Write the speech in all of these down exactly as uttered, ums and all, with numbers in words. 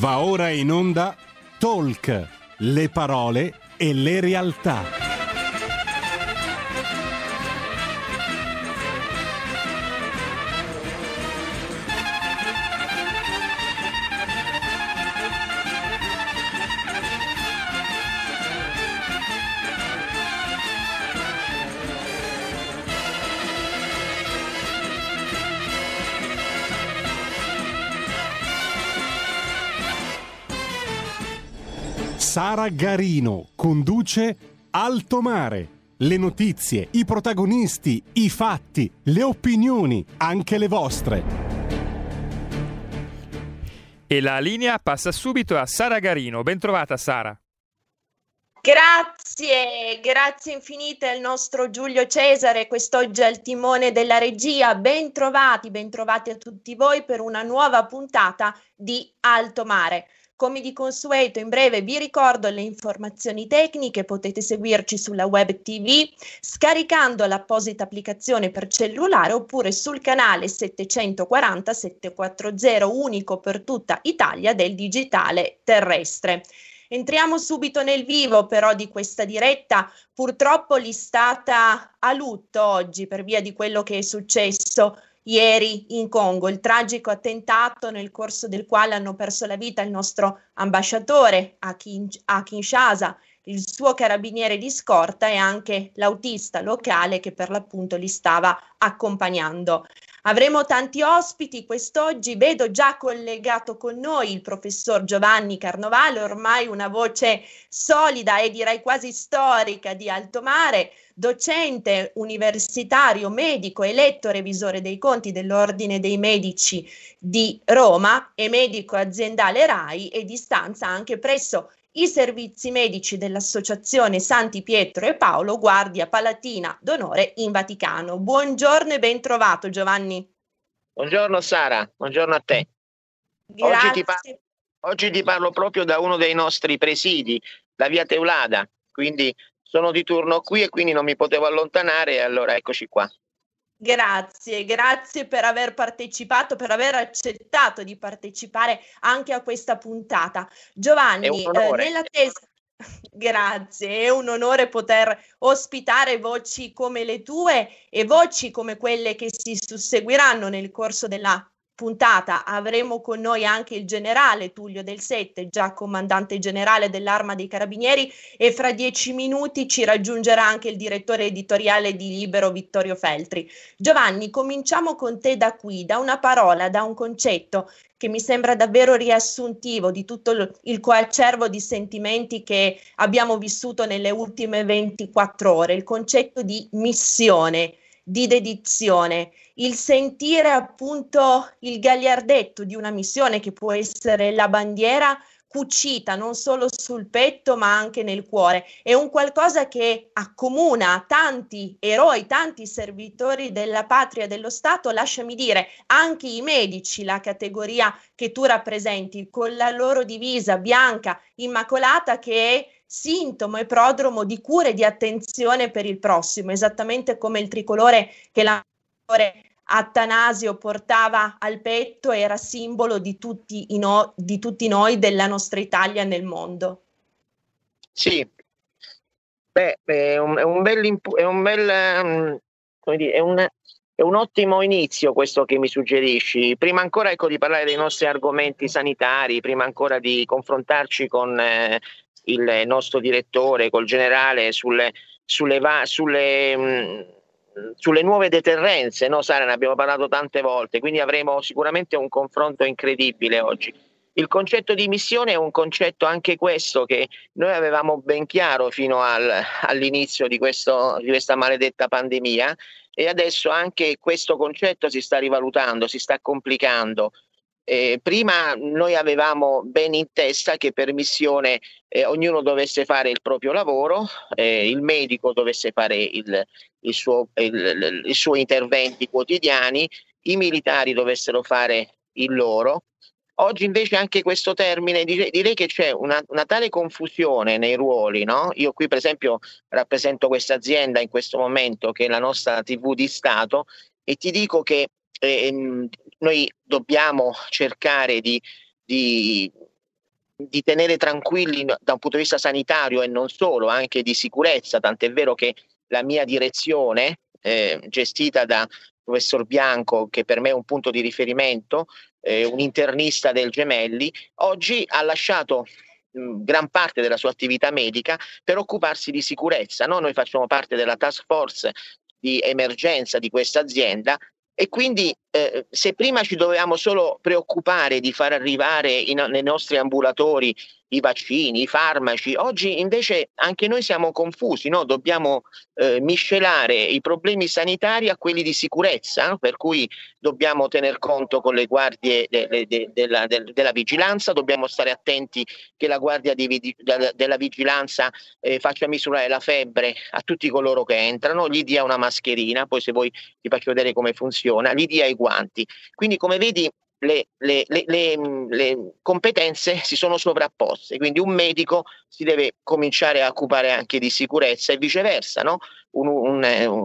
Va ora in onda Talk, le parole e le realtà. Sara Garino conduce Alto Mare. Le notizie, i protagonisti, i fatti, le opinioni, anche le vostre. E la linea passa subito a Sara Garino. Ben trovata, Sara. Grazie, grazie infinite al nostro Giulio Cesare, quest'oggi al timone della regia. Ben trovati, ben trovati a tutti voi per una nuova puntata di Alto Mare. Come di consueto, in breve vi ricordo le informazioni tecniche. Potete seguirci sulla web tivù scaricando l'apposita applicazione per cellulare oppure sul canale settecentoquaranta settecentoquaranta unico per tutta Italia del digitale terrestre. Entriamo subito nel vivo però di questa diretta, purtroppo listata a lutto oggi per via di quello che è successo ieri in Congo, il tragico attentato nel corso del quale hanno perso la vita il nostro ambasciatore a, Kin- a Kinshasa, il suo carabiniere di scorta e anche l'autista locale che per l'appunto li stava accompagnando. Avremo tanti ospiti quest'oggi, vedo già collegato con noi il professor Giovanni Carnovale, ormai una voce solida e direi quasi storica di Alto Mare, docente universitario, medico, eletto revisore dei conti dell'Ordine dei Medici di Roma e medico aziendale RAI e di stanza anche presso i servizi medici dell'Associazione Santi Pietro e Paolo, Guardia Palatina d'Onore in Vaticano. Buongiorno e ben trovato, Giovanni. Buongiorno Sara, buongiorno a te. Grazie. Oggi ti, parlo, oggi ti parlo proprio da uno dei nostri presidi, la via Teulada, quindi sono di turno qui e quindi non mi potevo allontanare e allora eccoci qua. Grazie, grazie per aver partecipato, per aver accettato di partecipare anche a questa puntata. Giovanni, eh, nella tesi... Grazie, è un onore poter ospitare voci come le tue e voci come quelle che si susseguiranno nel corso della puntata. Avremo con noi anche il generale Tullio Del Sette, già comandante generale dell'Arma dei Carabinieri, e fra dieci minuti ci raggiungerà anche il direttore editoriale di Libero Vittorio Feltri. Giovanni, cominciamo con te da qui, da una parola, da un concetto che mi sembra davvero riassuntivo di tutto il coacervo di sentimenti che abbiamo vissuto nelle ultime ventiquattro ore, il concetto di missione, di dedizione, il sentire appunto il gagliardetto di una missione che può essere la bandiera cucita non solo sul petto ma anche nel cuore. È un qualcosa che accomuna tanti eroi, tanti servitori della patria e dello Stato, lasciami dire anche i medici, la categoria che tu rappresenti, con la loro divisa bianca immacolata che è sintomo e prodromo di cura e di attenzione per il prossimo, esattamente come il tricolore che l'ambasciatore Attanasio portava al petto era simbolo di tutti, i no, di tutti noi, della nostra Italia nel mondo. Sì, beh, è un, è un bel, è un bel um, come dire, è un, è un ottimo inizio questo che mi suggerisci. Prima ancora ecco, di parlare dei nostri argomenti sanitari, prima ancora di confrontarci con eh, il nostro direttore, col generale, sulle, sulle, va, sulle mh, sulle nuove deterrenze, no Sara, ne abbiamo parlato tante volte, quindi avremo sicuramente un confronto incredibile oggi. Il concetto di missione è un concetto anche questo che noi avevamo ben chiaro fino al, all'inizio di, questo, di questa maledetta pandemia e adesso anche questo concetto si sta rivalutando, si sta complicando. Eh, prima noi avevamo ben in testa che per missione eh, ognuno dovesse fare il proprio lavoro, eh, il medico dovesse fare il, il suo, il, i suoi interventi quotidiani, i militari dovessero fare il loro. Oggi invece anche questo termine, direi, direi che c'è una, una tale confusione nei ruoli, no? Io qui per esempio rappresento questa azienda in questo momento che è la nostra tivù di Stato e ti dico che eh, noi dobbiamo cercare di, di di tenere tranquilli da un punto di vista sanitario e non solo, anche di sicurezza, tant'è vero che la mia direzione, eh, gestita da professor Bianco, che per me è un punto di riferimento, eh, un internista del Gemelli, oggi ha lasciato mh, gran parte della sua attività medica per occuparsi di sicurezza, no? Noi facciamo parte della task force di emergenza di questa azienda e quindi eh, se prima ci dovevamo solo preoccupare di far arrivare in, nei nostri ambulatori i vaccini, i farmaci, oggi invece anche noi siamo confusi, no? Dobbiamo eh, miscelare i problemi sanitari a quelli di sicurezza, no? Per cui dobbiamo tener conto con le guardie de, de, de, della, de, della vigilanza, dobbiamo stare attenti che la guardia di, de, della vigilanza eh, faccia misurare la febbre a tutti coloro che entrano, gli dia una mascherina, poi se vuoi ti faccio vedere come funziona, gli dia i guanti. Quindi come vedi Le, le, le, le, le competenze si sono sovrapposte, quindi un medico si deve cominciare a occupare anche di sicurezza e viceversa, no? un, un,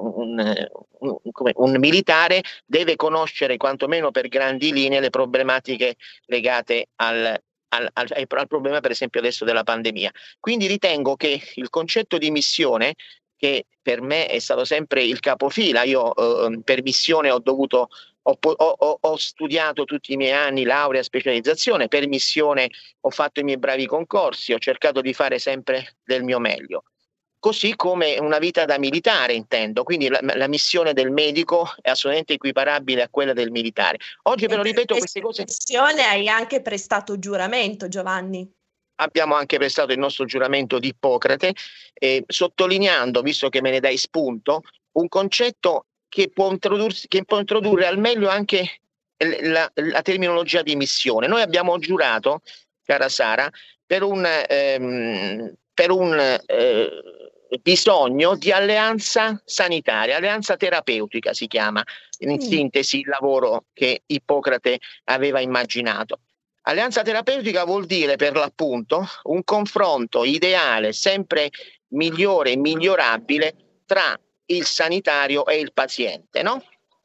un, un, come, un militare deve conoscere quantomeno per grandi linee le problematiche legate al, al, al, al problema per esempio adesso della pandemia. Quindi ritengo che il concetto di missione, che per me è stato sempre il capofila, io eh, per missione ho dovuto Ho, ho, ho studiato tutti i miei anni laurea e specializzazione, per missione ho fatto i miei bravi concorsi, ho cercato di fare sempre del mio meglio, così come una vita da militare intendo, quindi la, la missione del medico è assolutamente equiparabile a quella del militare. Oggi però ripeto queste cose. Missione hai anche prestato giuramento, Giovanni. Abbiamo anche prestato il nostro giuramento di Ippocrate, eh, sottolineando, visto che me ne dai spunto, un concetto che può, che può introdurre al meglio anche la, la terminologia di missione. Noi abbiamo giurato, cara Sara, per un, ehm, per un eh, bisogno di alleanza sanitaria, alleanza terapeutica si chiama, in sintesi il lavoro che Ippocrate aveva immaginato. Alleanza terapeutica vuol dire per l'appunto un confronto ideale, sempre migliore e migliorabile tra il sanitario e il paziente, no?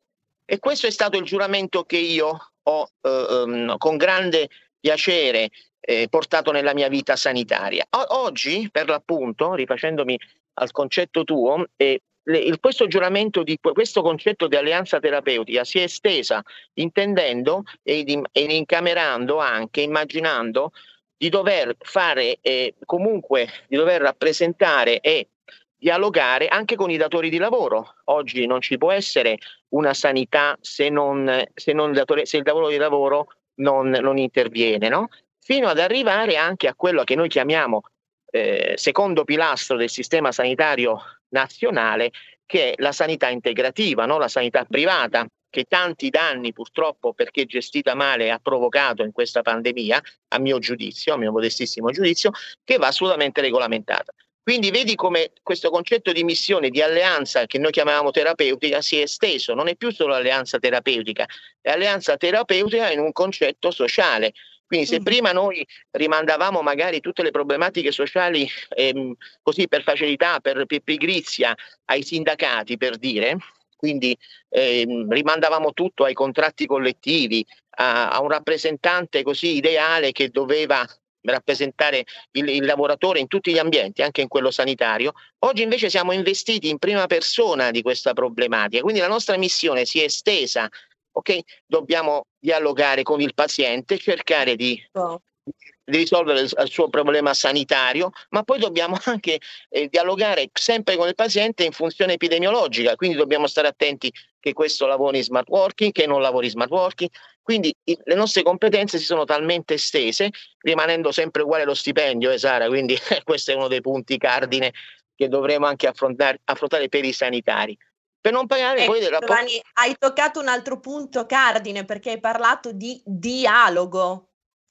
E questo è stato il giuramento che io ho eh, um, con grande piacere eh, portato nella mia vita sanitaria. O- oggi, per l'appunto, rifacendomi al concetto tuo, eh, le, il, questo giuramento di questo concetto di alleanza terapeutica si è estesa intendendo ed, in, ed incamerando anche, immaginando di dover fare eh, comunque, di dover rappresentare e dialogare anche con i datori di lavoro. Oggi non ci può essere una sanità se, non, se, non il, datore, se il datore di lavoro non, non interviene, no? Fino ad arrivare anche a quello che noi chiamiamo eh, secondo pilastro del sistema sanitario nazionale, che è la sanità integrativa, no? La sanità privata, che tanti danni purtroppo, perché gestita male, ha provocato in questa pandemia, a mio giudizio, a mio modestissimo giudizio, che va assolutamente regolamentata. Quindi vedi come questo concetto di missione, di alleanza che noi chiamavamo terapeutica si è esteso, non è più solo alleanza terapeutica, è alleanza terapeutica in un concetto sociale. Quindi se prima noi rimandavamo magari tutte le problematiche sociali ehm, così per facilità, per, per pigrizia ai sindacati, per dire, quindi ehm, rimandavamo tutto ai contratti collettivi, a, a un rappresentante così ideale che doveva rappresentare il, il lavoratore in tutti gli ambienti, anche in quello sanitario. Oggi invece siamo investiti in prima persona di questa problematica, quindi la nostra missione si è estesa, ok? Dobbiamo dialogare con il paziente, cercare di, oh. di risolvere il, il suo problema sanitario, ma poi dobbiamo anche eh, dialogare sempre con il paziente in funzione epidemiologica, quindi dobbiamo stare attenti che questo lavori in smart working, che non lavori in smart working. Quindi i, le nostre competenze si sono talmente estese, rimanendo sempre uguale lo stipendio, eh, Sara, quindi questo è uno dei punti cardine che dovremo anche affrontare, affrontare per i sanitari. Per non parlare eh, poi del rapporto... Giovanni, hai toccato un altro punto cardine, perché hai parlato di dialogo,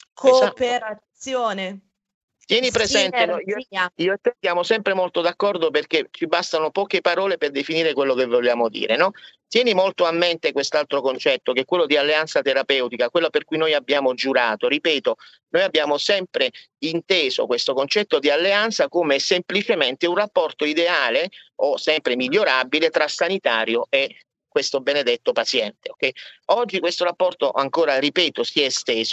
cooperazione. Esatto. Tieni presente, no, io, io e te siamo sempre molto d'accordo perché ci bastano poche parole per definire quello che vogliamo dire, no? Tieni molto a mente quest'altro concetto, che è quello di alleanza terapeutica, quello per cui noi abbiamo giurato. Ripeto, noi abbiamo sempre inteso questo concetto di alleanza come semplicemente un rapporto ideale o sempre migliorabile tra sanitario e questo benedetto paziente. Okay? Oggi questo rapporto, ancora ripeto, si è esteso.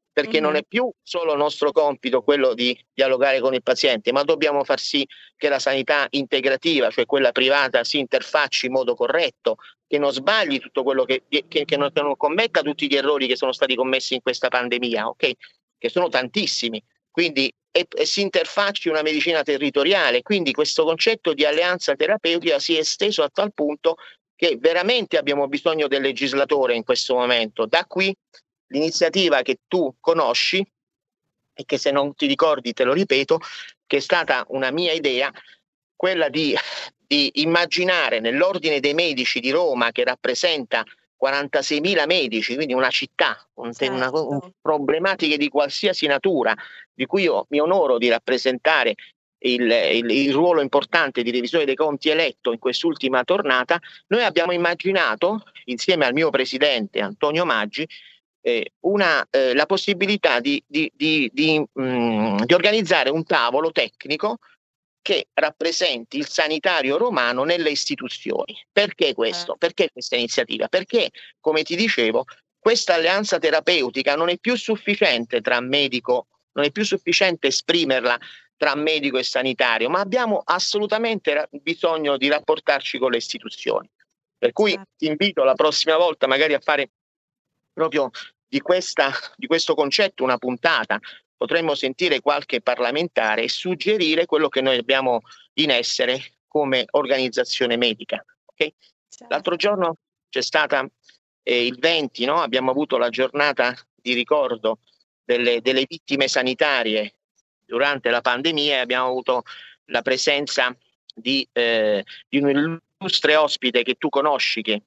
perché Mm-hmm. non è più solo nostro compito quello di dialogare con il paziente, ma dobbiamo far sì che la sanità integrativa, cioè quella privata, si interfacci in modo corretto, che non sbagli tutto quello che, che, che, non, che non commetta tutti gli errori che sono stati commessi in questa pandemia, ok? Che sono tantissimi. Quindi e, e si interfacci una medicina territoriale. Quindi questo concetto di alleanza terapeutica si è esteso a tal punto che veramente abbiamo bisogno del legislatore in questo momento. Da qui l'iniziativa che tu conosci e che, se non ti ricordi, te lo ripeto, che è stata una mia idea, quella di, di immaginare nell'Ordine dei Medici di Roma, che rappresenta quarantaseimila medici, quindi una città, un, certo. una, un, problematiche di qualsiasi natura, di cui io mi onoro di rappresentare il, il, il ruolo importante di revisione dei conti eletto in quest'ultima tornata. Noi abbiamo immaginato, insieme al mio presidente Antonio Maggi, eh, una, eh, la possibilità di, di, di, di, mh, di organizzare un tavolo tecnico che rappresenti il sanitario romano nelle istituzioni. Perché questo? Perché questa iniziativa? Perché, come ti dicevo, questa alleanza terapeutica non è più sufficiente tra medico, non è più sufficiente esprimerla tra medico e sanitario, ma abbiamo assolutamente ra- bisogno di rapportarci con le istituzioni. Per cui certo. Ti invito la prossima volta magari a fare proprio di, questa, di questo concetto una puntata. Potremmo sentire qualche parlamentare e suggerire quello che noi abbiamo in essere come organizzazione medica. Okay? Certo. L'altro giorno c'è stata eh, il venti, no? Abbiamo avuto la giornata di ricordo delle, delle vittime sanitarie durante la pandemia e abbiamo avuto la presenza di, eh, di un illustre ospite che tu conosci, che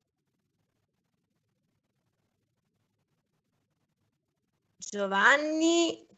Giovanni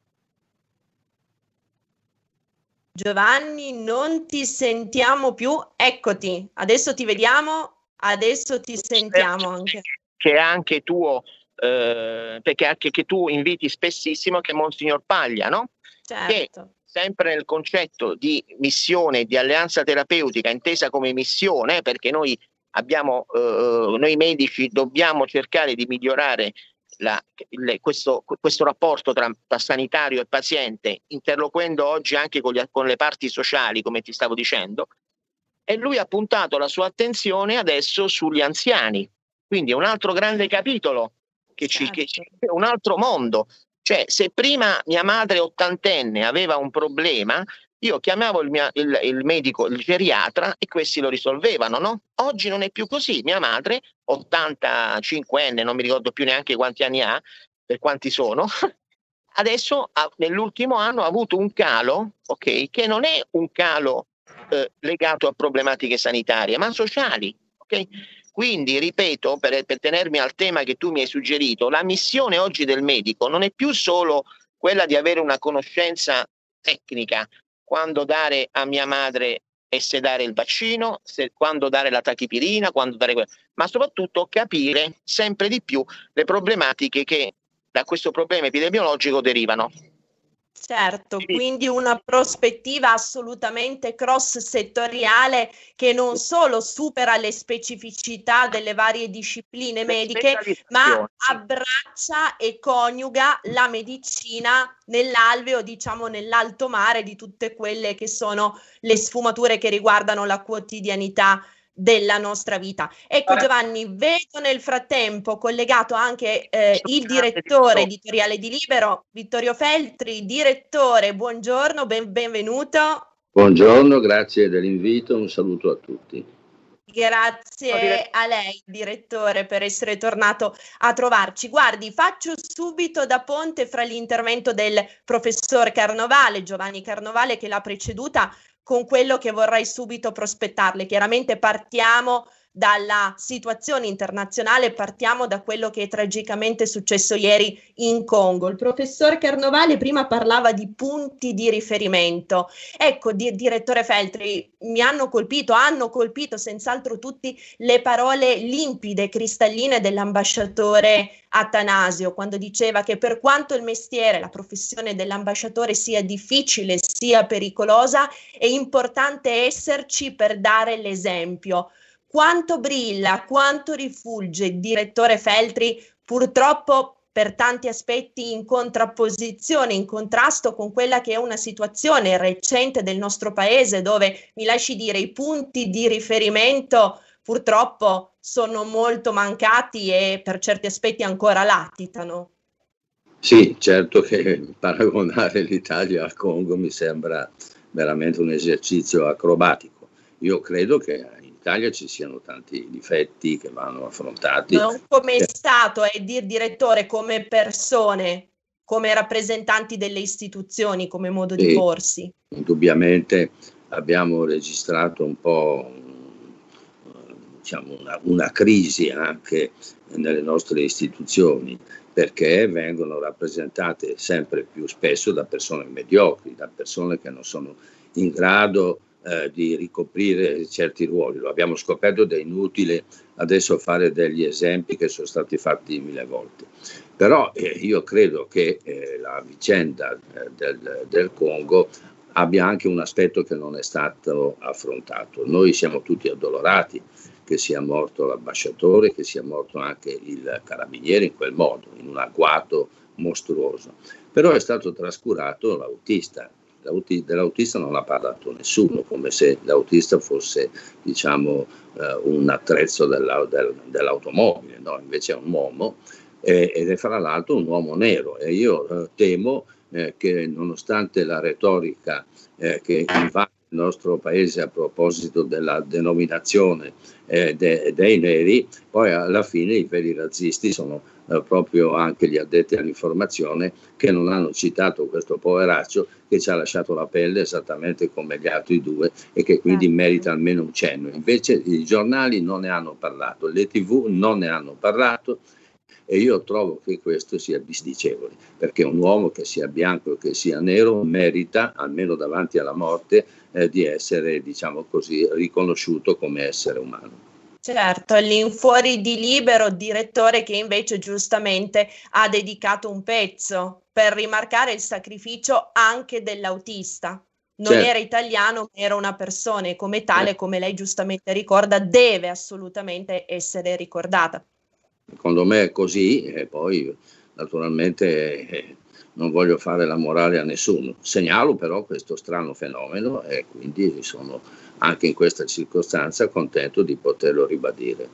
Giovanni, non ti sentiamo più. Eccoti, adesso ti vediamo, adesso ti sentiamo anche. Che è anche tuo, eh, perché anche che tu inviti spessissimo, che è Monsignor Paglia, no? Certo. Che sempre nel concetto di missione, di alleanza terapeutica, intesa come missione, perché noi abbiamo, eh, noi medici dobbiamo cercare di migliorare La, il, questo, questo rapporto tra, tra sanitario e paziente, interloquendo oggi anche con, gli, con le parti sociali, come ti stavo dicendo, e lui ha puntato la sua attenzione adesso sugli anziani. Quindi è un altro grande capitolo, che certo. ci, che ci, un altro mondo. Cioè, se prima mia madre ottantenne aveva un problema, io chiamavo il, mia, il, il medico, il geriatra, e questi lo risolvevano, no? Oggi non è più così. Mia madre, ottantacinquenne, non mi ricordo più neanche quanti anni ha, per quanti sono, adesso ha, nell'ultimo anno ha avuto un calo, ok, che non è un calo eh, legato a problematiche sanitarie, ma sociali, ok? Quindi, ripeto, per, per tenermi al tema che tu mi hai suggerito, la missione oggi del medico non è più solo quella di avere una conoscenza tecnica, quando dare a mia madre e se dare il vaccino, se, quando dare la tachipirina, quando dare quello, ma soprattutto capire sempre di più le problematiche che da questo problema epidemiologico derivano. Certo, quindi una prospettiva assolutamente cross-settoriale che non solo supera le specificità delle varie discipline mediche, ma abbraccia e coniuga la medicina nell'alveo, diciamo nell'alto mare di tutte quelle che sono le sfumature che riguardano la quotidianità della nostra vita. Ecco Giovanni, vedo nel frattempo collegato anche eh, il direttore editoriale di Libero, Vittorio Feltri. Direttore, buongiorno, ben, benvenuto. Buongiorno, grazie dell'invito, un saluto a tutti. Grazie a lei, direttore, per essere tornato a trovarci. Guardi, faccio subito da ponte fra l'intervento del professor Carnovale, Giovanni Carnovale, che l'ha preceduta, con quello che vorrei subito prospettarle. Chiaramente partiamo dalla situazione internazionale, partiamo da quello che è tragicamente successo ieri in Congo. Il professor Carnovale prima parlava di punti di riferimento. Ecco, di, direttore Feltri, mi hanno colpito, hanno colpito senz'altro tutti le parole limpide, cristalline dell'ambasciatore Attanasio, quando diceva che per quanto il mestiere, la professione dell'ambasciatore sia difficile, sia pericolosa, è importante esserci per dare l'esempio. Quanto brilla, quanto rifulge, direttore Feltri, purtroppo per tanti aspetti in contrapposizione, in contrasto con quella che è una situazione recente del nostro paese, dove, mi lasci dire, i punti di riferimento purtroppo sono molto mancati e per certi aspetti ancora latitano. Sì, certo che paragonare l'Italia al Congo mi sembra veramente un esercizio acrobatico. Io credo che in Italia ci siano tanti difetti che vanno affrontati. Non come Stato, è dir direttore, come persone, come rappresentanti delle istituzioni, come modo sì, di porsi. Indubbiamente abbiamo registrato un po' diciamo una, una crisi anche nelle nostre istituzioni, perché vengono rappresentate sempre più spesso da persone mediocri, da persone che non sono in grado eh, di ricoprire certi ruoli. Lo abbiamo scoperto ed è inutile adesso fare degli esempi che sono stati fatti mille volte. Però eh, io credo che eh, la vicenda eh, del, del Congo abbia anche un aspetto che non è stato affrontato. Noi siamo tutti addolorati che sia morto l'ambasciatore, che sia morto anche il carabiniere in quel modo, in un agguato mostruoso. Però è stato trascurato l'autista. L'auti- dell'autista non ha parlato nessuno, come se l'autista fosse, diciamo, eh, un attrezzo della, del, dell'automobile, no? Invece è un uomo eh, ed è fra l'altro un uomo nero. E io eh, temo eh, che nonostante la retorica eh, che invade il nostro paese a proposito della denominazione eh, de- dei neri, poi alla fine i veri razzisti sono eh, proprio anche gli addetti all'informazione, che non hanno citato questo poveraccio che ci ha lasciato la pelle esattamente come gli altri due e che quindi merita almeno un cenno. Invece i giornali non ne hanno parlato, le tv non ne hanno parlato, e io trovo che questo sia disdicevole, perché un uomo che sia bianco o che sia nero merita, almeno davanti alla morte, eh, di essere, diciamo così, riconosciuto come essere umano. Certo, all'infuori di Libero, direttore che invece giustamente ha dedicato un pezzo per rimarcare il sacrificio anche dell'autista. Non certo. Era italiano, ma era una persona e come tale, eh. come lei giustamente ricorda, deve assolutamente essere ricordata. Secondo me è così, e poi naturalmente eh, non voglio fare la morale a nessuno. Segnalo però questo strano fenomeno e quindi sono anche in questa circostanza contento di poterlo ribadire.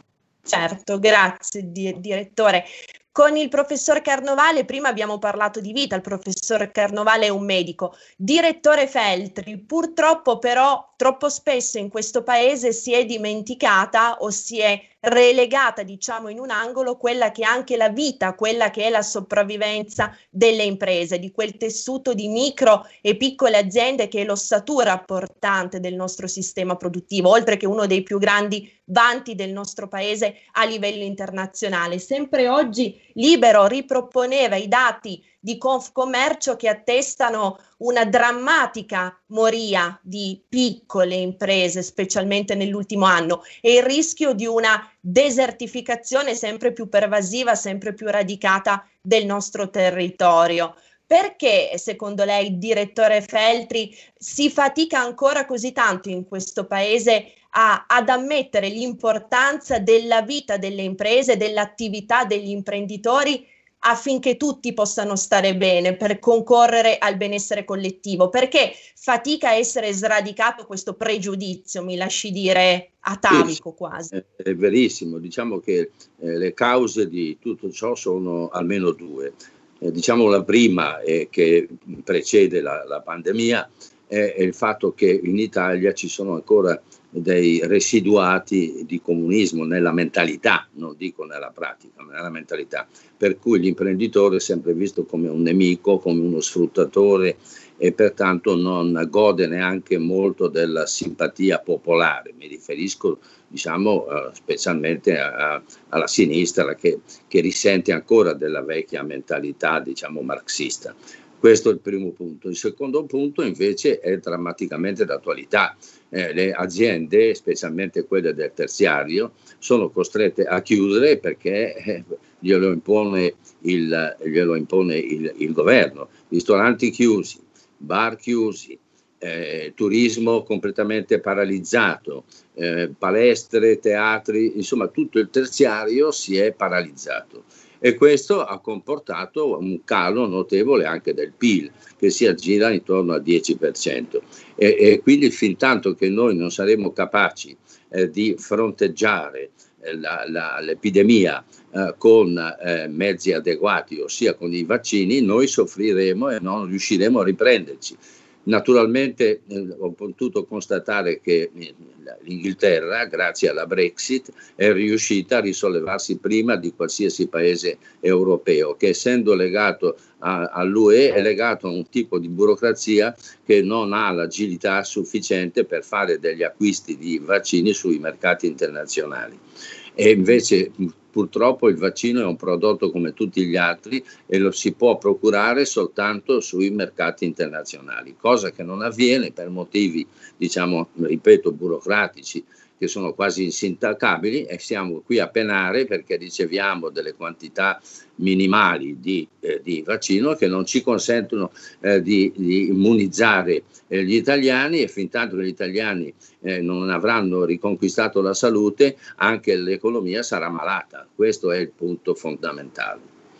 Certo, grazie di- direttore. Con il professor Carnovale, prima abbiamo parlato di vita, il professor Carnovale è un medico. Direttore Feltri, purtroppo però troppo spesso in questo paese si è dimenticata o si è relegata, diciamo, in un angolo quella che è anche la vita, quella che è la sopravvivenza delle imprese, di quel tessuto di micro e piccole aziende che è l'ossatura portante del nostro sistema produttivo, oltre che uno dei più grandi vanti del nostro paese a livello internazionale. Sempre oggi Libero riproponeva i dati di Confcommercio che attestano una drammatica moria di piccole imprese, specialmente nell'ultimo anno, e il rischio di una desertificazione sempre più pervasiva, sempre più radicata del nostro territorio. Perché, secondo lei, direttore Feltri, si fatica ancora così tanto in questo paese a, ad ammettere l'importanza della vita delle imprese, dell'attività degli imprenditori, affinché tutti possano stare bene, per concorrere al benessere collettivo? Perché fatica a essere sradicato questo pregiudizio, mi lasci dire, atavico quasi? È, è verissimo, diciamo che eh, le cause di tutto ciò sono almeno due. Eh, diciamo la prima eh, che precede la, la pandemia è, è il fatto che in Italia ci sono ancora dei residuati di comunismo nella mentalità, non dico nella pratica, ma nella mentalità, per cui l'imprenditore è sempre visto come un nemico, come uno sfruttatore e pertanto non gode neanche molto della simpatia popolare. Mi riferisco, diciamo, uh, specialmente a, a, alla sinistra che, che risente ancora della vecchia mentalità, diciamo, marxista. Questo è il primo punto. Il secondo punto invece è drammaticamente d'attualità. Eh, le aziende, specialmente quelle del terziario, sono costrette a chiudere perché eh, glielo impone, il, glielo impone il, il governo. Ristoranti chiusi, bar chiusi, eh, turismo completamente paralizzato, eh, palestre, teatri, insomma tutto il terziario si è paralizzato. e questo ha comportato un calo notevole anche del P I L, che si aggira intorno al dieci per cento, e, e quindi fin tanto che noi non saremo capaci eh, di fronteggiare eh, la, la, l'epidemia eh, con eh, mezzi adeguati, ossia con i vaccini, noi soffriremo e non riusciremo a riprenderci. Naturalmente eh, ho potuto constatare che l'Inghilterra, grazie alla Brexit, è riuscita a risollevarsi prima di qualsiasi paese europeo, che essendo legato a, all'U E è legato a un tipo di burocrazia che non ha l'agilità sufficiente per fare degli acquisti di vaccini sui mercati internazionali. E invece purtroppo il vaccino è un prodotto come tutti gli altri e lo si può procurare soltanto sui mercati internazionali, cosa che non avviene per motivi, diciamo, ripeto, burocratici, che sono quasi insindacabili, e siamo qui a penare perché riceviamo delle quantità minimali di, eh, di vaccino che non ci consentono eh, di, di immunizzare eh, gli italiani, e fin tanto che gli italiani eh, non avranno riconquistato la salute, anche l'economia sarà malata. Questo è il punto fondamentale.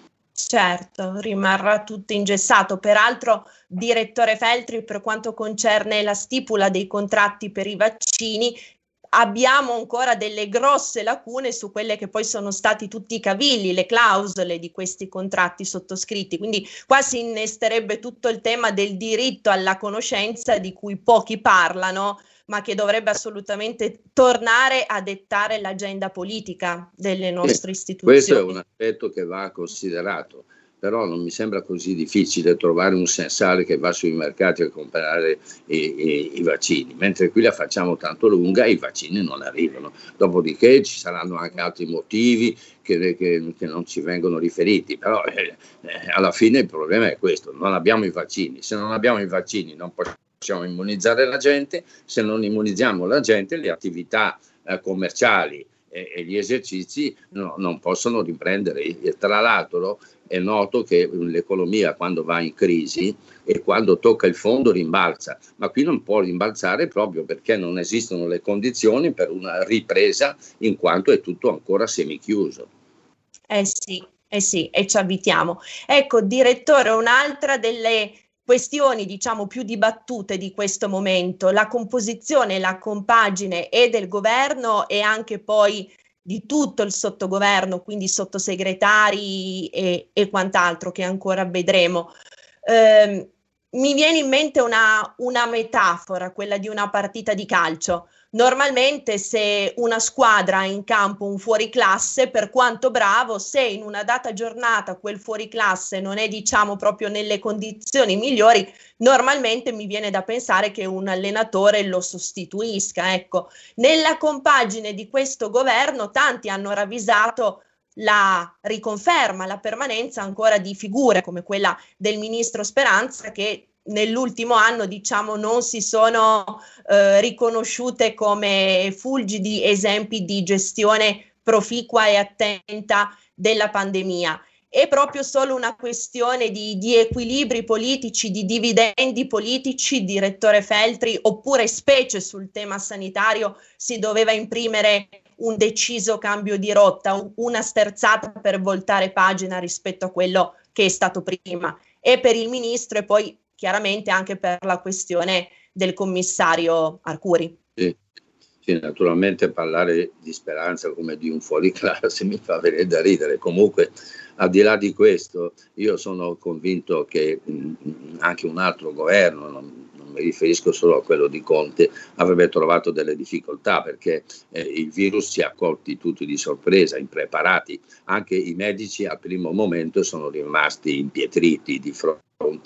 Certo, rimarrà tutto ingessato. Peraltro, direttore Feltri, per quanto concerne la stipula dei contratti per i vaccini, abbiamo ancora delle grosse lacune su quelle che poi sono stati tutti i cavilli, le clausole di questi contratti sottoscritti, quindi qua si innesterebbe tutto il tema del diritto alla conoscenza di cui pochi parlano, ma che dovrebbe assolutamente tornare a dettare l'agenda politica delle nostre istituzioni. Questo è un aspetto che va considerato, però non mi sembra così difficile trovare un sensale che va sui mercati a comprare i, i, i vaccini, mentre qui la facciamo tanto lunga e i vaccini non arrivano. Dopodiché ci saranno anche altri motivi che, che, che non ci vengono riferiti, però eh, alla fine il problema è questo: non abbiamo i vaccini. Se non abbiamo i vaccini non possiamo immunizzare la gente, se non immunizziamo la gente le attività eh, commerciali e gli esercizi no, non possono riprendere. E tra l'altro è noto che l'economia, quando va in crisi e quando tocca il fondo, rimbalza, ma qui non può rimbalzare proprio perché non esistono le condizioni per una ripresa, in quanto è tutto ancora semichiuso. Eh sì, eh sì, e ci abitiamo. Ecco, direttore, un'altra delle questioni, diciamo, più dibattute di questo momento, la composizione, la compagine e del governo e anche poi di tutto il sottogoverno, quindi sottosegretari e, e quant'altro che ancora vedremo. Eh, mi viene in mente una, una metafora, quella di una partita di calcio. Normalmente se una squadra ha in campo un fuoriclasse, per quanto bravo, se in una data giornata quel fuoriclasse non è, diciamo, proprio nelle condizioni migliori, normalmente mi viene da pensare che un allenatore lo sostituisca. Ecco, nella compagine di questo governo tanti hanno ravvisato la riconferma, la permanenza ancora di figure come quella del ministro Speranza, che nell'ultimo anno, diciamo, non si sono eh, riconosciute come fulgidi esempi di gestione proficua e attenta della pandemia. È proprio solo una questione di, di equilibri politici, di dividendi politici, direttore Feltri, oppure specie sul tema sanitario si doveva imprimere un deciso cambio di rotta, una sterzata per voltare pagina rispetto a quello che è stato prima, e per il ministro e poi chiaramente anche per la questione del commissario Arcuri. Sì, sì, naturalmente parlare di Speranza come di un fuoriclasse mi fa venire da ridere. Comunque, al di là di questo, io sono convinto che mh, anche un altro governo, non, non mi riferisco solo a quello di Conte, avrebbe trovato delle difficoltà, perché eh, il virus ci ha colti tutti di sorpresa, impreparati. Anche i medici al primo momento sono rimasti impietriti di fronte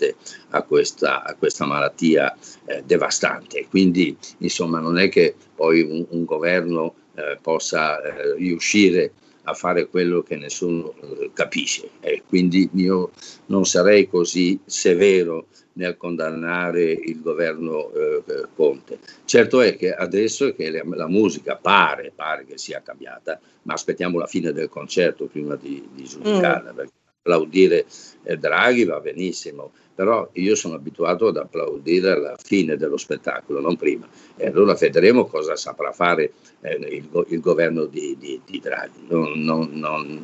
a questa, a questa malattia eh, devastante. Quindi insomma non è che poi un, un governo eh, possa eh, riuscire a fare quello che nessuno eh, capisce, e quindi io non sarei così severo nel condannare il governo eh, Conte. Certo è che adesso che la, la musica pare, pare che sia cambiata, ma aspettiamo la fine del concerto prima di, di giudicarla, mm. perché applaudire eh, Draghi va benissimo, però io sono abituato ad applaudire alla fine dello spettacolo, non prima. E allora vedremo cosa saprà fare eh, il, il governo di, di, di Draghi. Non, non, non,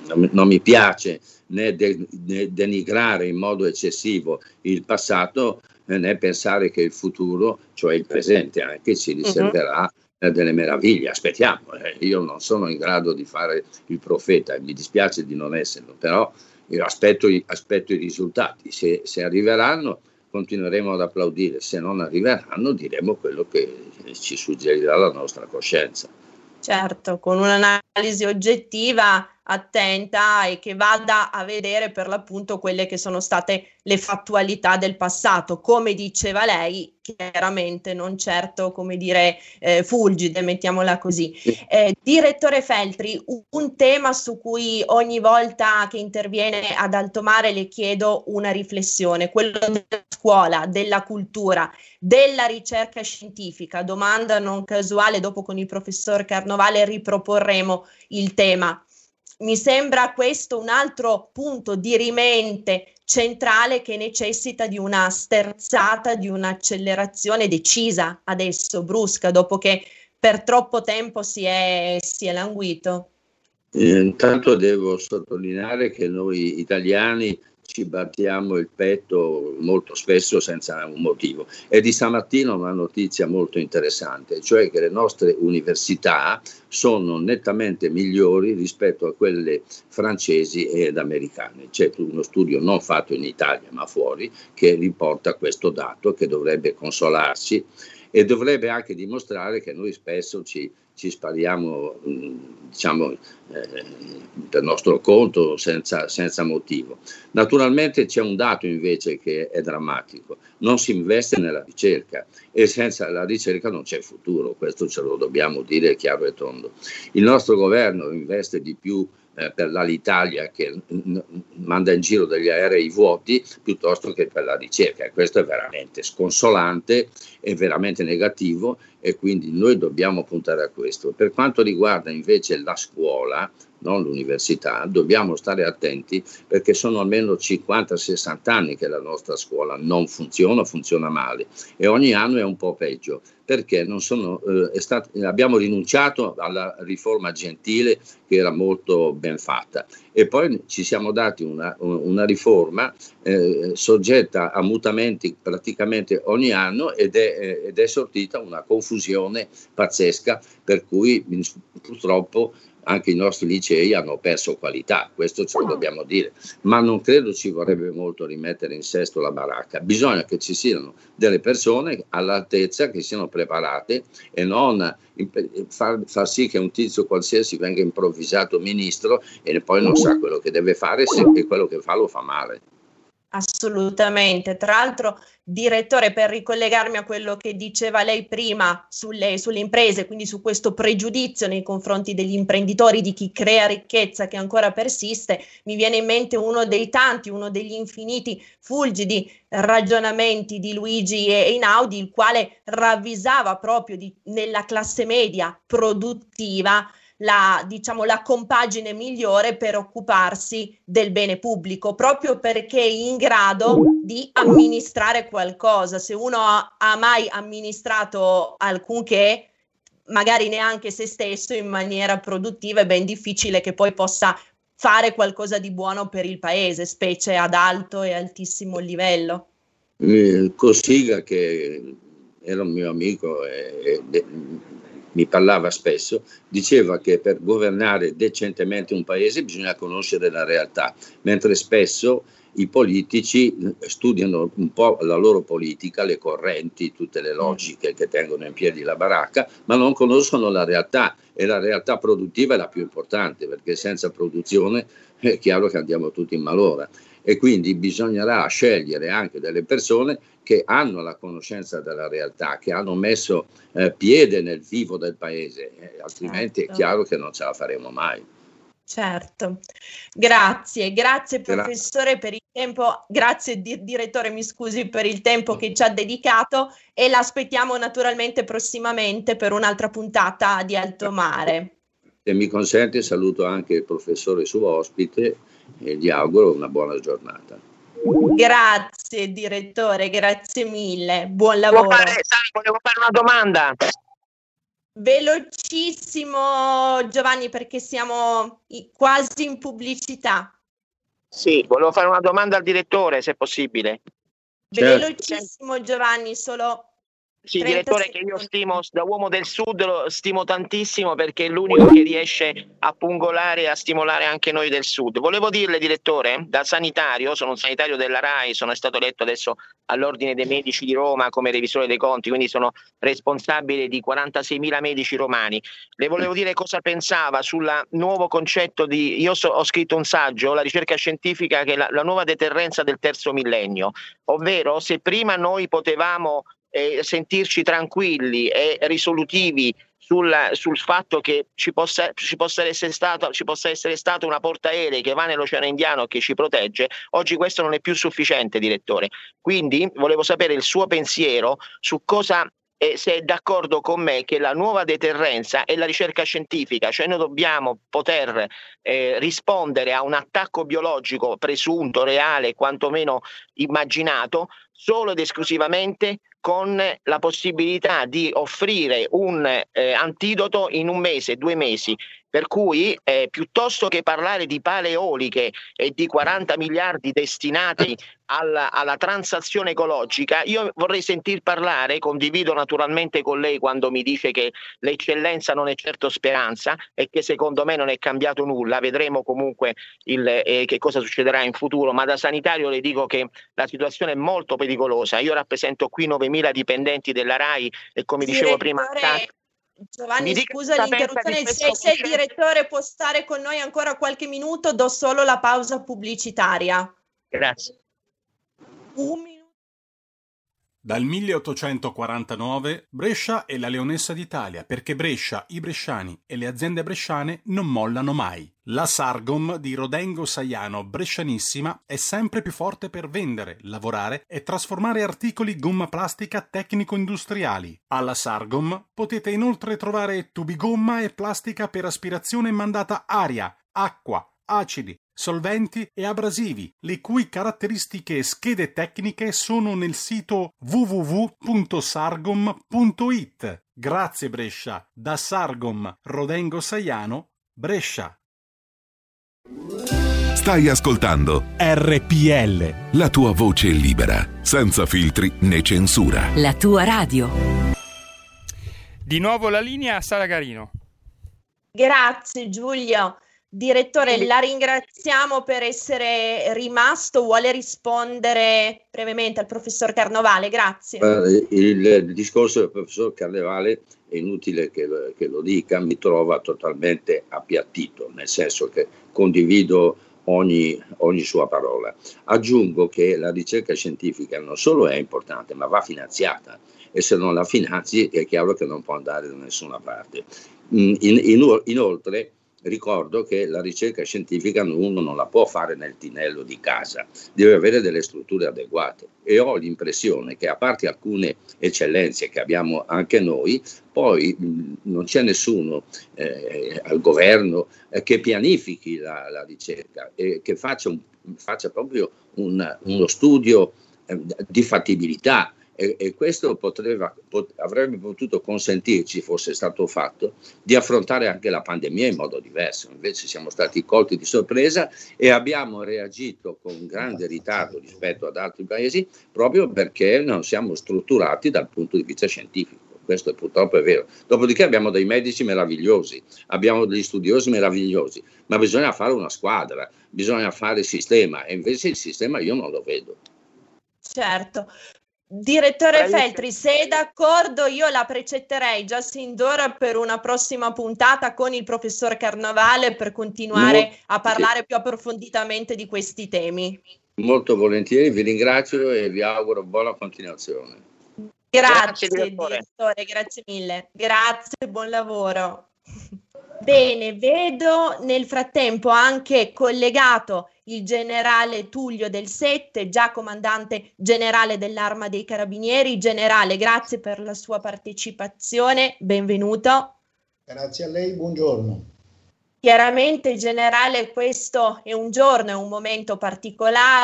non mi piace né, de, né denigrare in modo eccessivo il passato, né pensare che il futuro, cioè il presente anche, ci riserverà uh-huh. delle meraviglie. Aspettiamo, eh. io non sono in grado di fare il profeta, mi dispiace di non esserlo, però io aspetto, aspetto i risultati. Se, se arriveranno continueremo ad applaudire, se non arriveranno diremo quello che ci suggerirà la nostra coscienza. Certo, con un'analisi oggettiva, attenta e che vada a vedere per l'appunto quelle che sono state le fattualità del passato, come diceva lei, chiaramente non certo, come dire, eh, fulgide, mettiamola così. Eh, direttore Feltri, un tema su cui ogni volta che interviene ad Alto Mare le chiedo una riflessione, quello della scuola, della cultura, della ricerca scientifica. Domanda non casuale, dopo con il professor Carnovale riproporremo il tema. Mi sembra questo un altro punto dirimente centrale che necessita di una sterzata, di un'accelerazione decisa adesso, brusca, dopo che per troppo tempo si è, si è languito. Eh, intanto devo sottolineare che noi italiani ci battiamo il petto molto spesso senza un motivo. E di stamattina una notizia molto interessante, cioè che le nostre università sono nettamente migliori rispetto a quelle francesi ed americane. C'è uno studio non fatto in Italia ma fuori che riporta questo dato, che dovrebbe consolarci e dovrebbe anche dimostrare che noi spesso ci ci spariamo diciamo eh, per nostro conto senza, senza motivo. Naturalmente c'è un dato invece che è drammatico: non si investe nella ricerca e senza la ricerca non c'è futuro, questo ce lo dobbiamo dire chiaro e tondo. Il nostro governo investe di più eh, per l'Alitalia, che n- manda in giro degli aerei vuoti, piuttosto che per la ricerca, e questo è veramente sconsolante, è veramente negativo, e quindi noi dobbiamo puntare a questo. Per quanto riguarda invece la scuola, non l'università, dobbiamo stare attenti, perché sono almeno cinquanta sessanta anni che la nostra scuola non funziona, funziona male, e ogni anno è un po' peggio, perché non sono, eh, è stato, abbiamo rinunciato alla riforma Gentile, che era molto ben fatta, e poi ci siamo dati una, una riforma eh, soggetta a mutamenti praticamente ogni anno, ed è, ed è sortita una confusione pazzesca, per cui purtroppo anche i nostri licei hanno perso qualità, questo ce lo dobbiamo dire, ma non credo ci vorrebbe molto rimettere in sesto la baracca. Bisogna che ci siano delle persone all'altezza, che siano preparate, e non far, far sì che un tizio qualsiasi venga improvvisato ministro e poi non sa quello che deve fare, e quello che fa lo fa male. Assolutamente. Tra l'altro, direttore, per ricollegarmi a quello che diceva lei prima sulle, sulle imprese, quindi su questo pregiudizio nei confronti degli imprenditori, di chi crea ricchezza che ancora persiste, mi viene in mente uno dei tanti, uno degli infiniti fulgidi ragionamenti di Luigi Einaudi, il quale ravvisava proprio di, nella classe media produttiva la, diciamo, la compagine migliore per occuparsi del bene pubblico, proprio perché è in grado di amministrare qualcosa. Se uno ha, ha mai amministrato alcunché, magari neanche se stesso in maniera produttiva, è ben difficile che poi possa fare qualcosa di buono per il paese, specie ad alto e altissimo livello. Eh, Cossiga, che era un mio amico e, e mi parlava spesso, diceva che per governare decentemente un paese bisogna conoscere la realtà, mentre spesso i politici studiano un po' la loro politica, le correnti, tutte le logiche che tengono in piedi la baracca, ma non conoscono la realtà, e la realtà produttiva è la più importante, perché senza produzione è chiaro che andiamo tutti in malora. E quindi bisognerà scegliere anche delle persone che hanno la conoscenza della realtà, che hanno messo eh, piede nel vivo del paese, eh, altrimenti certo. È chiaro che non ce la faremo mai. Certo, grazie, grazie professore per il tempo, grazie di- direttore, mi scusi per il tempo che ci ha dedicato, e l'aspettiamo naturalmente prossimamente per un'altra puntata di Alto Mare. Se mi consente, saluto anche il professore suo ospite e gli auguro una buona giornata. Grazie direttore, grazie mille, buon lavoro. Volevo fare, sai, volevo fare una domanda. Velocissimo Giovanni, perché siamo quasi in pubblicità. Sì, volevo fare una domanda al direttore, se è possibile. Velocissimo Giovanni, solo sì, direttore, secondi. Che io stimo, da uomo del sud lo stimo tantissimo, perché è l'unico che riesce a pungolare e a stimolare anche noi del sud. Volevo dirle, direttore, da sanitario, sono un sanitario della RAI, sono stato eletto adesso all'Ordine dei Medici di Roma come revisore dei conti, quindi sono responsabile di quarantaseimila medici romani. Le volevo dire cosa pensava sul nuovo concetto di, io so, ho scritto un saggio, la ricerca scientifica, che è la, la nuova deterrenza del terzo millennio, ovvero se prima noi potevamo Eh, sentirci tranquilli e risolutivi sul, sul fatto che ci possa, ci possa essere stato, ci possa essere stata una portaerei che va nell'Oceano Indiano e che ci protegge, oggi questo non è più sufficiente, direttore. Quindi volevo sapere il suo pensiero su cosa, eh, se è d'accordo con me che la nuova deterrenza è la ricerca scientifica, cioè noi dobbiamo poter eh, rispondere a un attacco biologico presunto, reale, quantomeno immaginato, solo ed esclusivamente con la possibilità di offrire un eh, antidoto in un mese, due mesi. Per cui eh, piuttosto che parlare di pale eoliche e di quaranta miliardi destinati alla, alla transazione ecologica, io vorrei sentir parlare, condivido naturalmente con lei quando mi dice che l'eccellenza non è certo speranza e che secondo me non è cambiato nulla, vedremo comunque il, eh, che cosa succederà in futuro, ma da sanitario le dico che la situazione è molto pericolosa. Io rappresento qui novemila dipendenti della RAI e come dicevo prima... Giovanni, scusa l'interruzione, se, se il direttore può stare con noi ancora qualche minuto, do solo la pausa pubblicitaria. Grazie. Un minuto. Dal milleottocentoquarantanove Brescia è la leonessa d'Italia, perché Brescia, i bresciani e le aziende bresciane non mollano mai. La Sargom di Rodengo Saiano Brescianissima è sempre più forte per vendere, lavorare e trasformare articoli gomma plastica tecnico-industriali. Alla Sargom potete inoltre trovare tubi gomma e plastica per aspirazione mandata aria, acqua, acidi, solventi e abrasivi, le cui caratteristiche e schede tecniche sono nel sito w w w punto sargom punto i t. Grazie Brescia, da Sargom Rodengo Saiano, Brescia. Stai ascoltando R P L, la tua voce libera, senza filtri né censura. La tua radio. Di nuovo la linea a Sara Garino. Grazie Giulio. Direttore, la ringraziamo per essere rimasto. Vuole rispondere brevemente al professor Carnovale? Grazie. Il, il discorso del professor Carnovale è inutile che, che lo dica, mi trova totalmente appiattito, nel senso che condivido ogni, ogni sua parola. Aggiungo che la ricerca scientifica non solo è importante, ma va finanziata, e se non la finanzi è chiaro che non può andare da nessuna parte. In, in, inoltre ricordo che la ricerca scientifica uno non la può fare nel tinello di casa, deve avere delle strutture adeguate, e ho l'impressione che, a parte alcune eccellenze che abbiamo anche noi, poi mh, non c'è nessuno eh, al governo eh, che pianifichi la, la ricerca e che faccia, un, faccia proprio un, uno studio eh, di fattibilità. E, e questo potrebbe, pot, avrebbe potuto consentirci, fosse stato fatto, di affrontare anche la pandemia in modo diverso. Invece siamo stati colti di sorpresa e abbiamo reagito con grande ritardo rispetto ad altri paesi, proprio perché non siamo strutturati dal punto di vista scientifico. Questo purtroppo è vero. Dopodiché abbiamo dei medici meravigliosi, abbiamo degli studiosi meravigliosi, ma bisogna fare una squadra, bisogna fare il sistema, e invece il sistema io non lo vedo. Certo. Direttore Feltri, se è d'accordo io la precetterei già sin d'ora per una prossima puntata con il professor Carnovale per continuare Molto, a parlare sì. più approfonditamente di questi temi. Molto volentieri, vi ringrazio e vi auguro buona continuazione. Grazie, grazie direttore. direttore, grazie mille. Grazie, buon lavoro. Bene, vedo nel frattempo anche collegato il generale Tullio Del Sette, già comandante generale dell'Arma dei Carabinieri. Generale, grazie per la sua partecipazione, benvenuto. Grazie a lei, buongiorno. Chiaramente, generale, questo è un giorno, è un momento particolare,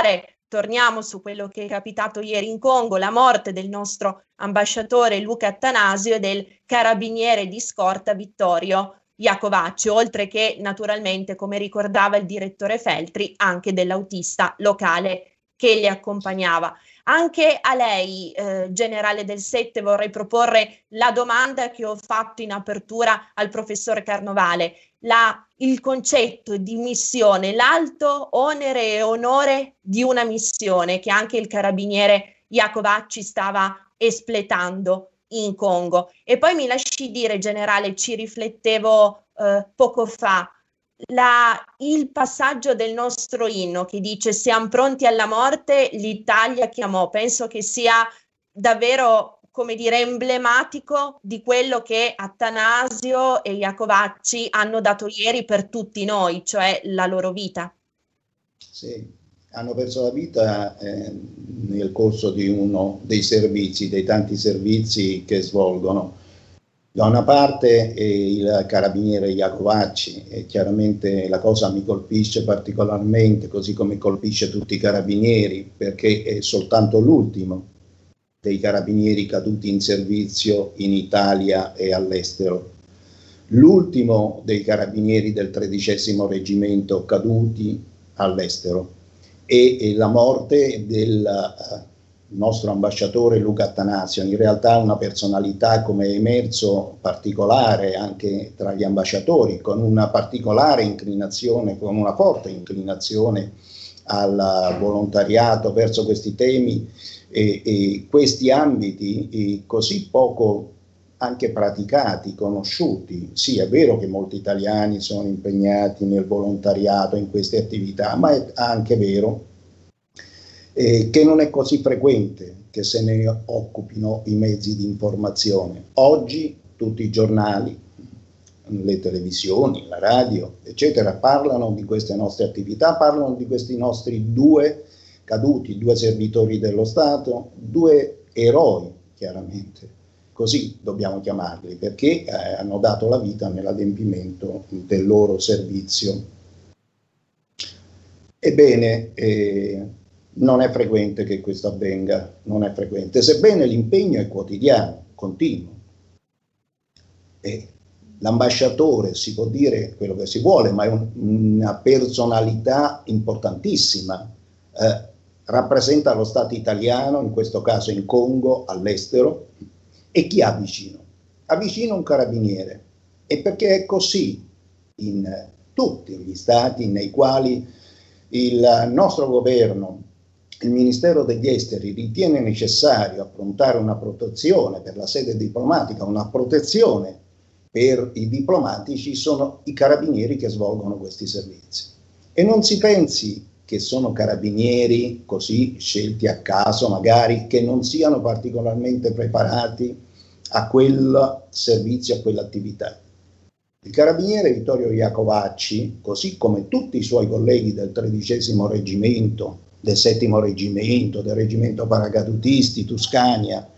torniamo su quello che è capitato ieri in Congo, la morte del nostro ambasciatore Luca Attanasio e del carabiniere di scorta Vittorio Iacovacci, oltre che naturalmente, come ricordava il direttore Feltri, anche dell'autista locale che li accompagnava. Anche a lei, eh, generale del sette, vorrei proporre la domanda che ho fatto in apertura al professor Carnovale. La, il concetto di missione, l'alto onere e onore di una missione che anche il carabiniere Iacovacci stava espletando in Congo. E poi mi lasci dire, generale, ci riflettevo eh, poco fa, La, il passaggio del nostro inno che dice siamo pronti alla morte, l'Italia chiamò, penso che sia davvero, come dire, emblematico di quello che Attanasio e Iacovacci hanno dato ieri per tutti noi, cioè la loro vita. Sì, hanno perso la vita eh, nel corso di uno dei servizi, dei tanti servizi che svolgono. Da una parte eh, il carabiniere Iacovacci, e chiaramente la cosa mi colpisce particolarmente, così come colpisce tutti i carabinieri, perché è soltanto l'ultimo dei carabinieri caduti in servizio in Italia e all'estero. L'ultimo dei carabinieri del tredicesimo reggimento caduti all'estero e, e la morte del uh, nostro ambasciatore Luca Attanasio, in realtà una personalità, come è emerso, particolare anche tra gli ambasciatori, con una particolare inclinazione, con una forte inclinazione al volontariato verso questi temi e, e questi ambiti e così poco anche praticati, conosciuti. Sì, è vero che molti italiani sono impegnati nel volontariato, in queste attività, ma è anche vero Eh, che non è così frequente che se ne occupino i mezzi di informazione. Oggi tutti i giornali, le televisioni, la radio, eccetera, parlano di queste nostre attività, parlano di questi nostri due caduti, due servitori dello Stato, due eroi, chiaramente, così dobbiamo chiamarli, perché eh, hanno dato la vita nell'adempimento del loro servizio. Ebbene, eh, non è frequente che questo avvenga, non è frequente, sebbene l'impegno è quotidiano, continuo. E l'ambasciatore, si può dire quello che si vuole, ma è un, una personalità importantissima, eh, rappresenta lo Stato italiano, in questo caso in Congo, all'estero, e chi ha vicino? Ha vicino un carabiniere, e perché è così in tutti gli stati nei quali il nostro governo, il Ministero degli Esteri, ritiene necessario approntare una protezione per la sede diplomatica, una protezione per i diplomatici, sono i carabinieri che svolgono questi servizi. E non si pensi che sono carabinieri così scelti a caso, magari, che non siano particolarmente preparati a quel servizio, a quell'attività. Il carabiniere Vittorio Iacovacci, così come tutti i suoi colleghi del tredicesimo reggimento, del settimo reggimento, del reggimento paracadutisti Tuscania,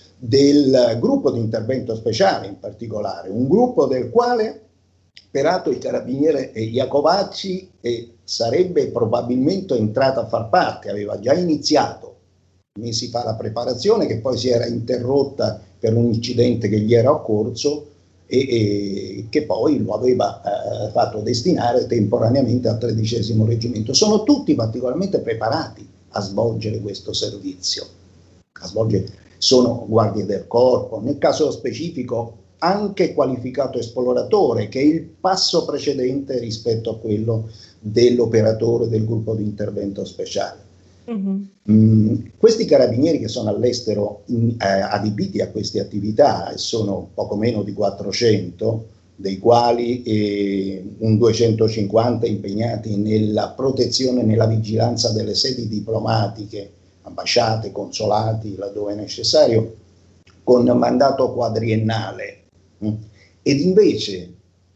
del gruppo di intervento speciale in particolare, un gruppo del quale peraltro il carabiniere Iacovacci eh, sarebbe probabilmente entrato a far parte, aveva già iniziato mesi fa la preparazione, che poi si era interrotta per un incidente che gli era occorso e, e che poi lo aveva eh, fatto destinare temporaneamente al tredicesimo reggimento. Sono tutti particolarmente preparati a svolgere questo servizio, a svolgere, sono guardie del corpo, nel caso specifico anche qualificato esploratore, che è il passo precedente rispetto a quello dell'operatore del gruppo di intervento speciale. Mm-hmm. Mm, questi carabinieri che sono all'estero in, eh, adibiti a queste attività, e sono poco meno di quattrocento, dei quali eh, un duecentocinquanta impegnati nella protezione e nella vigilanza delle sedi diplomatiche, ambasciate, consolati, laddove necessario, con mandato quadriennale. Mm. Ed invece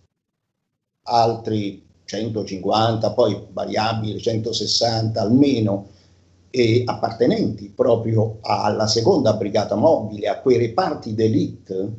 altri centocinquanta, poi variabili, centosessanta almeno, e appartenenti proprio alla seconda brigata mobile, a quei reparti d'élite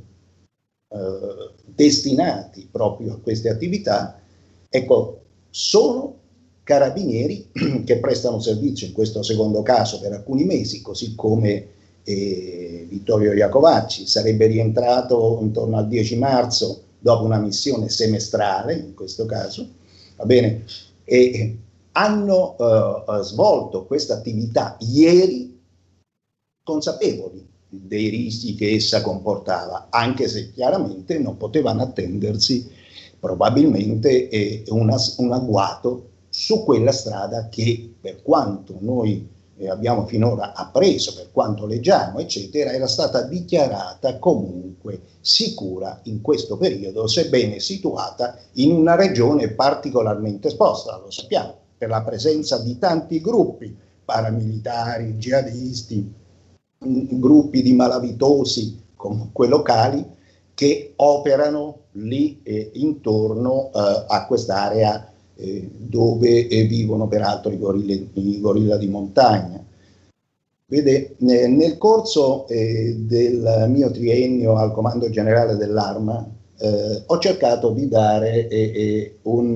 eh, destinati proprio a queste attività, ecco, sono carabinieri che prestano servizio in questo secondo caso per alcuni mesi, così come eh, Vittorio Iacovacci sarebbe rientrato intorno al dieci marzo dopo una missione semestrale, in questo caso, va bene, e hanno eh, svolto questa attività ieri consapevoli dei rischi che essa comportava, anche se chiaramente non potevano attendersi probabilmente eh, una, un agguato su quella strada che, per quanto noi eh, abbiamo finora appreso, per quanto leggiamo, eccetera, era stata dichiarata comunque sicura in questo periodo, sebbene situata in una regione particolarmente esposta, lo sappiamo, per la presenza di tanti gruppi paramilitari, jihadisti, gruppi di malavitosi comunque locali che operano lì eh, intorno eh, a quest'area eh, dove eh, vivono peraltro i gorilla, i gorilla di montagna. Vede, eh, nel corso eh, del mio triennio al Comando Generale dell'Arma eh, ho cercato di dare eh,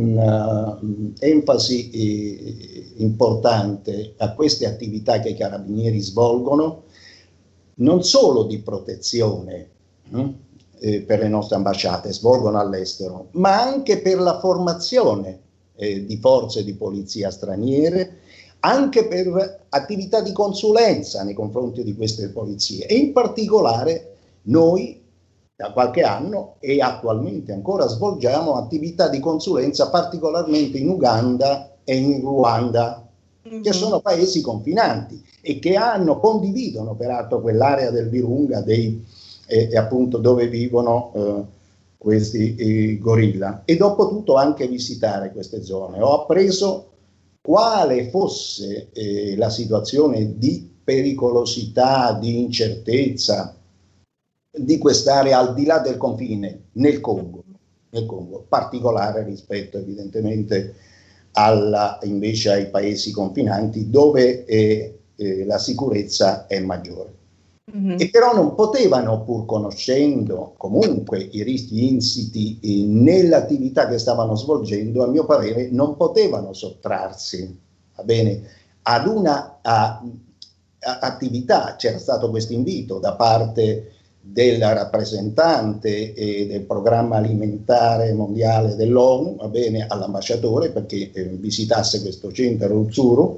un'enfasi eh, importante a queste attività che i carabinieri svolgono, non solo di protezione hm, eh, per le nostre ambasciate, svolgono all'estero, ma anche per la formazione eh, di forze di polizia straniere, anche per attività di consulenza nei confronti di queste polizie. E in particolare noi da qualche anno e attualmente ancora svolgiamo attività di consulenza particolarmente in Uganda e in Ruanda, mm-hmm. che sono paesi confinanti e che hanno, condividono peraltro quell'area del Virunga dei, eh, appunto dove vivono eh, questi eh, gorilla. E dopo tutto anche visitare queste zone. Ho appreso quale fosse eh, la situazione di pericolosità, di incertezza di quest'area al di là del confine nel Congo, nel Congo, particolare rispetto evidentemente alla, invece ai paesi confinanti dove eh, eh, la sicurezza è maggiore. Mm-hmm. E però non potevano, pur conoscendo comunque i rischi insiti eh, nell'attività che stavano svolgendo, a mio parere non potevano sottrarsi, va bene, ad una a, a, attività. C'era stato questo invito da parte del rappresentante eh, del programma alimentare mondiale dell'ONU, va bene, all'ambasciatore perché eh, visitasse questo centro Rutsuru,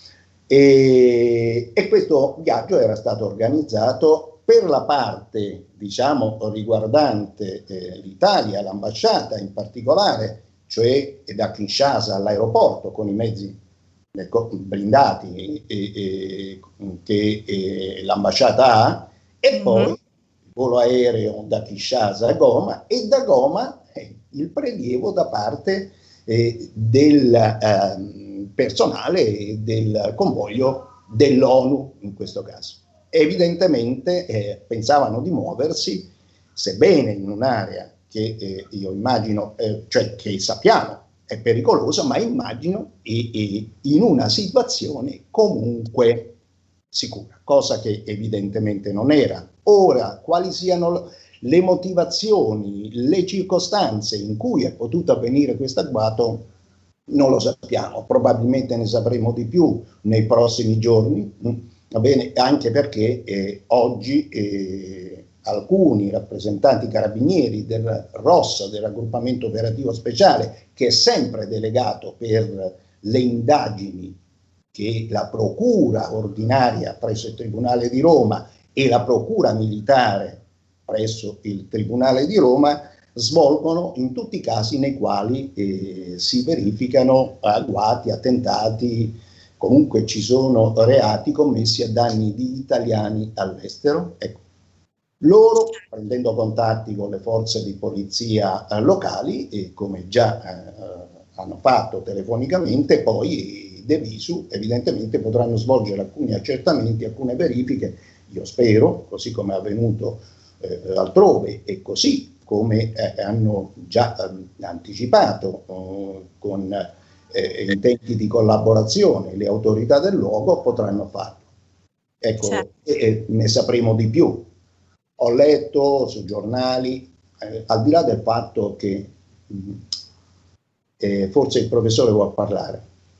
e, e questo viaggio era stato organizzato per la parte, diciamo, riguardante eh, l'Italia, l'ambasciata in particolare, cioè da Kinshasa all'aeroporto con i mezzi blindati eh, eh, che eh, l'ambasciata ha, e mm-hmm. poi volo aereo da Kinshasa a Goma, e da Goma eh, il prelievo da parte eh, del eh, personale del convoglio dell'ONU in questo caso. Evidentemente eh, pensavano di muoversi, sebbene in un'area che eh, io immagino, eh, cioè che sappiamo è pericolosa, ma immagino e, e in una situazione comunque sicura, cosa che evidentemente non era. Ora, quali siano le motivazioni, le circostanze in cui è potuto avvenire questo agguato, non lo sappiamo, probabilmente ne sapremo di più nei prossimi giorni, va bene, anche perché eh, oggi eh, alcuni rappresentanti carabinieri del ROS, del raggruppamento operativo speciale, che è sempre delegato per le indagini che la procura ordinaria presso il Tribunale di Roma e la procura militare presso il Tribunale di Roma svolgono in tutti i casi nei quali eh, si verificano agguati, attentati, comunque ci sono reati commessi a danni di italiani all'estero. Ecco. Loro, prendendo contatti con le forze di polizia eh, locali, e come già eh, hanno fatto telefonicamente, poi de visu evidentemente potranno svolgere alcuni accertamenti, alcune verifiche, io spero, così come è avvenuto eh, altrove e così come eh, hanno già eh, anticipato eh, con eh, intenti di collaborazione le autorità del luogo, potranno farlo. Ecco, certo. e, e ne sapremo di più. Ho letto su giornali, eh, al di là del fatto che mh, eh, forse il professore vuole parlare.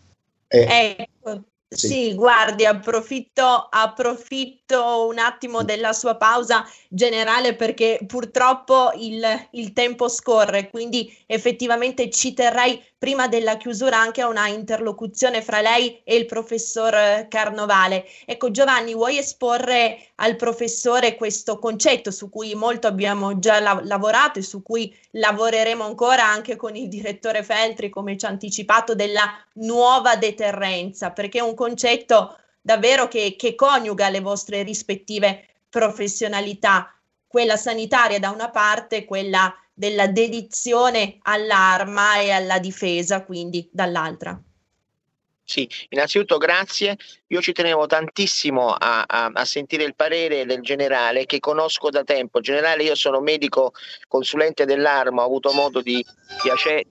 Eh, ecco. Sì. Sì, guardi, approfitto, approfitto un attimo della sua pausa generale perché purtroppo il, il tempo scorre, quindi effettivamente ci terrei prima della chiusura anche a una interlocuzione fra lei e il professor Carnovale. Ecco, Giovanni, vuoi esporre al professore questo concetto su cui molto abbiamo già la- lavorato e su cui lavoreremo ancora anche con il direttore Feltri, come ci ha anticipato, della nuova deterrenza, perché è un concetto davvero che, che coniuga le vostre rispettive professionalità, quella sanitaria da una parte, quella della dedizione all'arma e alla difesa, quindi dall'altra. Sì, innanzitutto grazie. Io ci tenevo tantissimo a, a, a sentire il parere del generale che conosco da tempo. Generale, io sono medico consulente dell'Arma, ho avuto modo di piacere,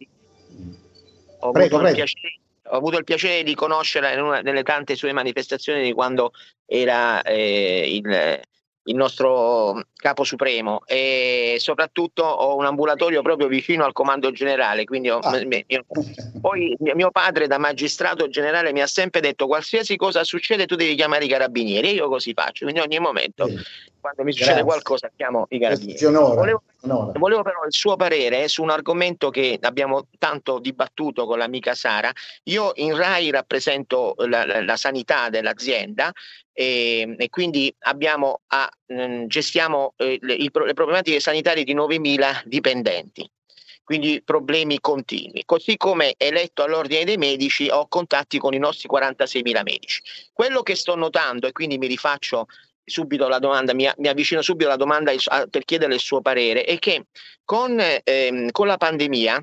ho prego, avuto prego. il piacere, ho avuto il piacere di conoscerla in una delle tante sue manifestazioni di quando era eh, il il nostro capo supremo, e soprattutto ho un ambulatorio proprio vicino al comando generale, quindi ho, Ah. io, poi mio padre da magistrato generale mi ha sempre detto qualsiasi cosa succede tu devi chiamare i carabinieri, e io così faccio, quindi ogni momento Sì. quando mi succede Grazie. qualcosa chiamo i carabinieri. Ci onora, Volevo, onora. volevo però il suo parere su un argomento che abbiamo tanto dibattuto con l'amica Sara. Io in RAI rappresento la, la, la sanità dell'azienda e, e quindi abbiamo a, mh, gestiamo eh, le, il, le problematiche sanitarie di novemila dipendenti, quindi problemi continui. Così come eletto all'ordine dei medici ho contatti con i nostri quarantaseimila medici. Quello che sto notando, e quindi mi rifaccio subito la domanda, mi, mi avvicino subito alla domanda per chiedere il suo parere, è che con, ehm, con la pandemia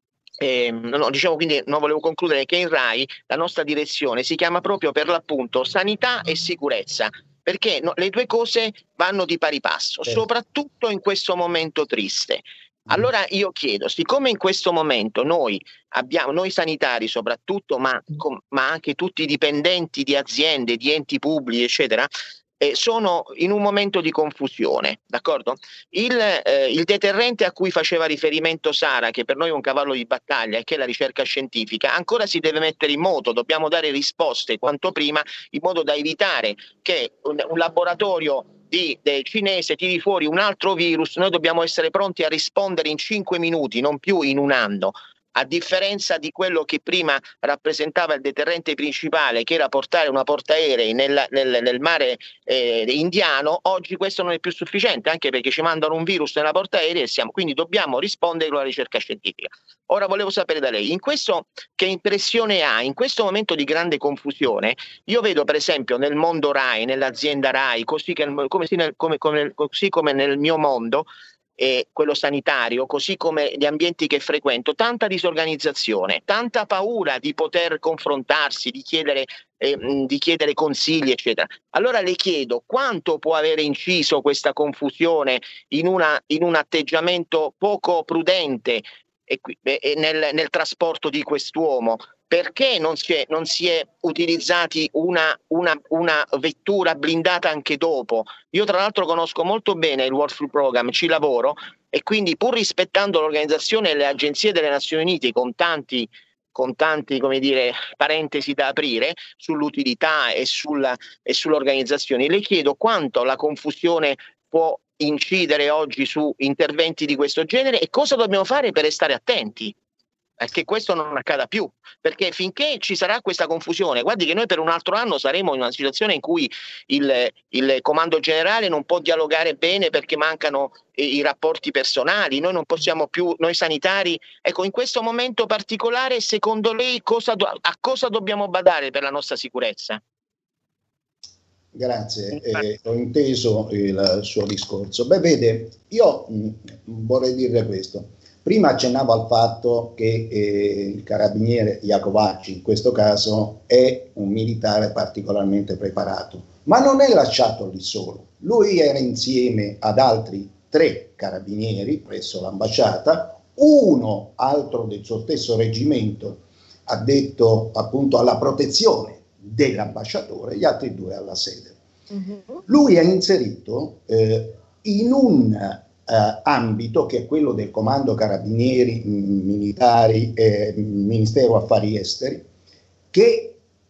Eh, no, diciamo, quindi non volevo concludere che in RAI la nostra direzione si chiama proprio per l'appunto sanità e sicurezza, perché no, le due cose vanno di pari passo, Sì. soprattutto in questo momento triste. Allora io chiedo, siccome in questo momento noi abbiamo, noi sanitari soprattutto, ma, com, ma anche tutti i dipendenti di aziende, di enti pubblici, eccetera, eh, sono in un momento di confusione, d'accordo? Il, eh, il deterrente a cui faceva riferimento Sara, che per noi è un cavallo di battaglia e che è la ricerca scientifica, ancora si deve mettere in moto, dobbiamo dare risposte quanto prima in modo da evitare che un, un laboratorio di, de, cinese tiri fuori un altro virus. Noi dobbiamo essere pronti a rispondere in cinque minuti, non più in un anno. A differenza di quello che prima rappresentava il deterrente principale, che era portare una portaerei nel, nel, nel mare eh, indiano, oggi questo non è più sufficiente, anche perché ci mandano un virus nella portaerei e siamo, quindi dobbiamo rispondere con la ricerca scientifica. Ora volevo sapere da lei, in questo che impressione ha, in questo momento di grande confusione, io vedo per esempio nel mondo RAI, nell'azienda RAI, così, che, come, come, come, così come nel mio mondo, e quello sanitario, così come gli ambienti che frequento, tanta disorganizzazione, tanta paura di poter confrontarsi, di chiedere, eh, di chiedere consigli, eccetera. Allora le chiedo quanto può avere inciso questa confusione in, una, in un atteggiamento poco prudente e, e nel, nel trasporto di quest'uomo. Perché non si è, non si è utilizzati una, una, una vettura blindata anche dopo? Io tra l'altro conosco molto bene il World Food Program, ci lavoro, e quindi pur rispettando l'organizzazione e le agenzie delle Nazioni Unite con tanti, con tanti come dire, parentesi da aprire sull'utilità e, sulla, e sull'organizzazione, le chiedo quanto la confusione può incidere oggi su interventi di questo genere e cosa dobbiamo fare per restare attenti che questo non accada più, perché finché ci sarà questa confusione, guardi che noi per un altro anno saremo in una situazione in cui il, il comando generale non può dialogare bene perché mancano i, i rapporti personali, noi non possiamo più, noi sanitari, ecco, in questo momento particolare secondo lei cosa do, a cosa dobbiamo badare per la nostra sicurezza? Grazie, eh, ho inteso il suo discorso. Beh, vede, io mh, vorrei dire questo. Prima accennavo al fatto che eh, il carabiniere Iacovacci in questo caso è un militare particolarmente preparato, ma non è lasciato lì solo. Lui era insieme ad altri tre carabinieri presso l'ambasciata, uno altro del suo stesso reggimento addetto appunto alla protezione dell'ambasciatore, gli altri due alla sede. Uh-huh. Lui ha inserito eh, in un Uh, ambito che è quello del comando carabinieri mh, militari e Ministero Affari Esteri, che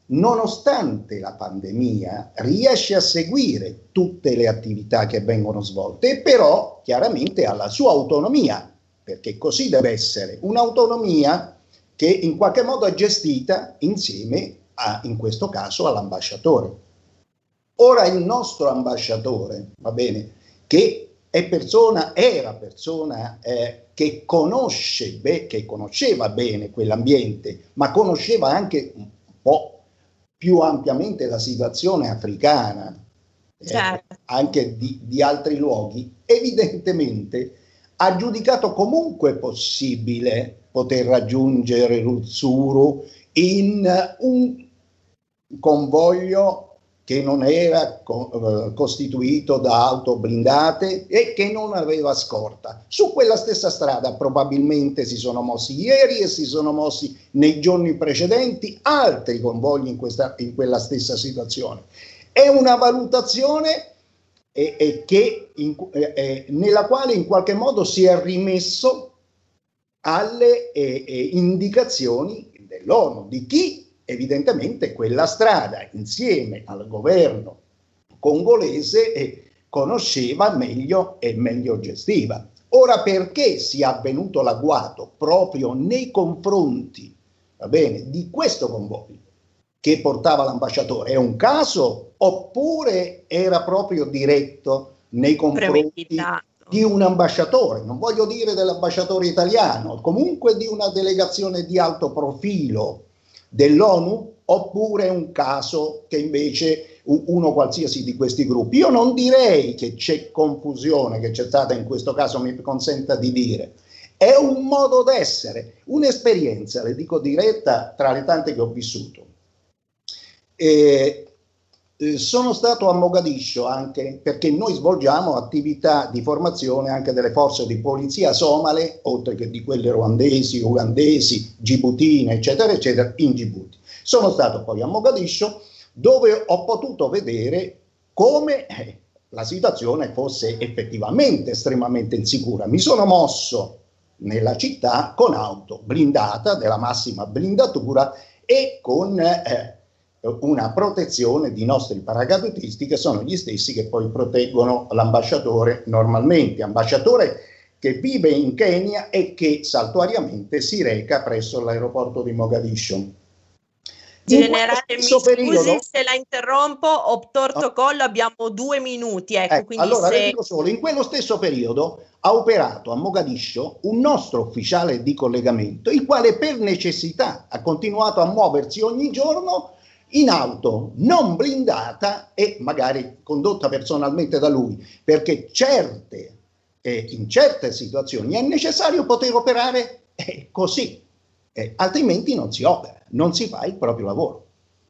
nonostante la pandemia, riesce a seguire tutte le attività che vengono svolte, però chiaramente ha la sua autonomia, perché così deve essere, un'autonomia che in qualche modo è gestita insieme a, in questo caso, all'ambasciatore. Ora il nostro ambasciatore, va bene, che è persona, era persona eh, che conosce, beh, che conosceva bene quell'ambiente, ma conosceva anche un po' più ampiamente la situazione africana, certo. eh, anche di, di altri luoghi, evidentemente ha giudicato comunque possibile poter raggiungere Rutshuru in un convoglio che non era co- costituito da auto blindate e che non aveva scorta. Su quella stessa strada probabilmente si sono mossi ieri e si sono mossi nei giorni precedenti altri convogli in, questa, in quella stessa situazione. È una valutazione eh, eh, che in, eh, nella quale in qualche modo si è rimesso alle eh, eh, indicazioni dell'ONU, di chi evidentemente quella strada insieme al governo congolese eh, conosceva meglio e meglio gestiva. Ora, perché sia avvenuto l'agguato proprio nei confronti, va bene, di questo convoglio che portava l'ambasciatore? È un caso oppure era proprio diretto nei confronti di un ambasciatore? Non voglio dire dell'ambasciatore italiano, comunque di una delegazione di alto profilo dell'ONU, oppure è un caso che invece uno qualsiasi di questi gruppi. Io non direi che c'è confusione, che c'è stata in questo caso, mi consenta di dire. È un modo d'essere, un'esperienza, le dico diretta, tra le tante che ho vissuto. E, eh, sono stato a Mogadiscio anche perché noi svolgiamo attività di formazione anche delle forze di polizia somale, oltre che di quelle ruandesi, ugandesi, gibutine, eccetera, eccetera, in Gibuti. Sono stato poi a Mogadiscio, dove ho potuto vedere come eh, la situazione fosse effettivamente estremamente insicura. Mi sono mosso nella città con auto blindata, della massima blindatura, e con eh, una protezione di nostri paracadutisti, che sono gli stessi che poi proteggono l'ambasciatore normalmente, ambasciatore che vive in Kenya e che saltuariamente si reca presso l'aeroporto di Mogadiscio. Generale, mi scusi periodo, se la interrompo, ho torto collo, abbiamo due minuti. Ecco, ecco, quindi allora se... le dico solo, in quello stesso periodo ha operato a Mogadiscio un nostro ufficiale di collegamento, il quale per necessità ha continuato a muoversi ogni giorno in auto non blindata e magari condotta personalmente da lui, perché certe, eh, in certe situazioni è necessario poter operare eh, così, eh, altrimenti non si opera. Non si fa il proprio lavoro.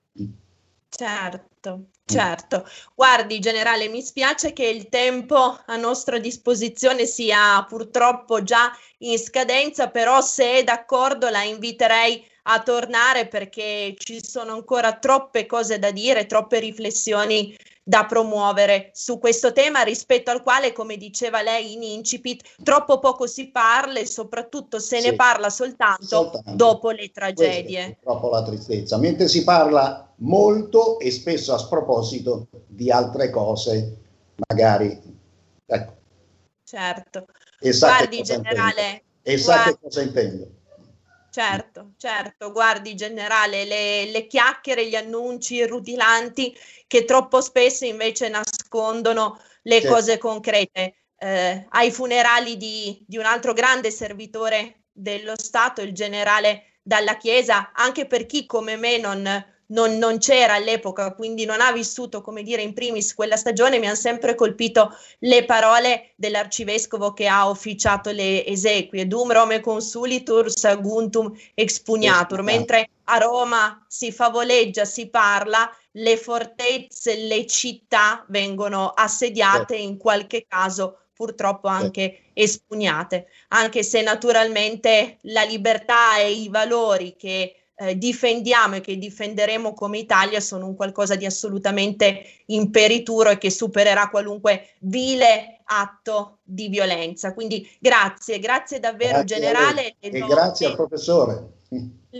Certo, certo. Guardi, generale, mi spiace che il tempo a nostra disposizione sia purtroppo già in scadenza, però se è d'accordo la inviterei a tornare perché ci sono ancora troppe cose da dire, troppe riflessioni da promuovere su questo tema, rispetto al quale, come diceva lei in incipit, troppo poco si parla e soprattutto se sì, ne parla soltanto, soltanto dopo le tragedie. Questa è purtroppo la tristezza, mentre si parla molto e spesso a sproposito di altre cose, magari. Ecco. Certo. E sa guardi, che cosa generale. Intendo. E sa guardi... che cosa intendo. Certo, certo, guardi generale, le, le chiacchiere, gli annunci rutilanti che troppo spesso invece nascondono le certo. cose concrete. Eh, ai funerali di, di un altro grande servitore dello Stato, il generale Dalla Chiesa, anche per chi come me non, non, non c'era all'epoca, quindi non ha vissuto, come dire, in primis quella stagione, mi hanno sempre colpito le parole dell'arcivescovo che ha officiato le esequie: Dum Rome consulitur saguntum expugnatur. Mentre a Roma si favoleggia, si parla, le fortezze, le città vengono assediate e in qualche caso purtroppo anche espugnate, anche se naturalmente la libertà e i valori che Eh, difendiamo e che difenderemo come Italia sono un qualcosa di assolutamente imperituro e che supererà qualunque vile atto di violenza. Quindi grazie, grazie davvero, grazie generale. E, e grazie al professore.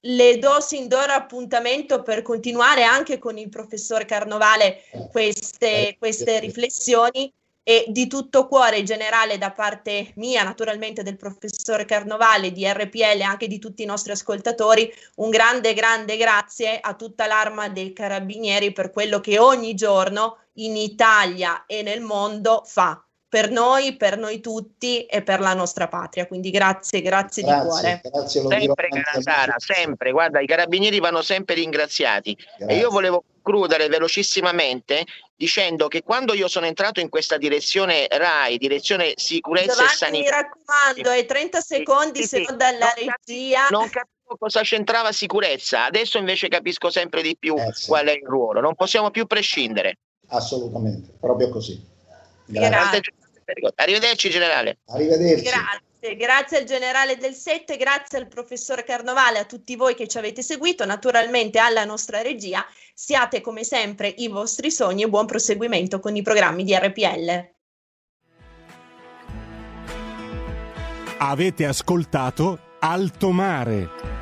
le do sin d'ora appuntamento per continuare anche con il professor Carnovale queste, queste riflessioni, e di tutto cuore generale da parte mia, naturalmente del professor Carnovale, di R P L e anche di tutti i nostri ascoltatori, un grande grande grazie a tutta l'Arma dei Carabinieri per quello che ogni giorno in Italia e nel mondo fa per noi, per noi tutti e per la nostra patria. Quindi grazie, grazie, grazie di cuore. Grazie, lo sempre, cara Sara, sempre. Guarda, i carabinieri vanno sempre ringraziati. Grazie. E io volevo concludere velocissimamente dicendo che quando io sono entrato in questa direzione RAI, direzione sicurezza Giovanni, e sanità, mi raccomando, hai trenta secondi, sì, se sì, no dalla non regia. Capivo, non capivo cosa c'entrava sicurezza, adesso invece capisco sempre di più eh, sì. qual è il ruolo. Non possiamo più prescindere. Assolutamente, proprio così. Grazie. Arrivederci generale. Arrivederci. Grazie, grazie al generale del sette, grazie al professor Carnovale, a tutti voi che ci avete seguito, naturalmente alla nostra regia. Siate come sempre i vostri sogni e buon proseguimento con i programmi di R P L. Avete ascoltato Alto Mare.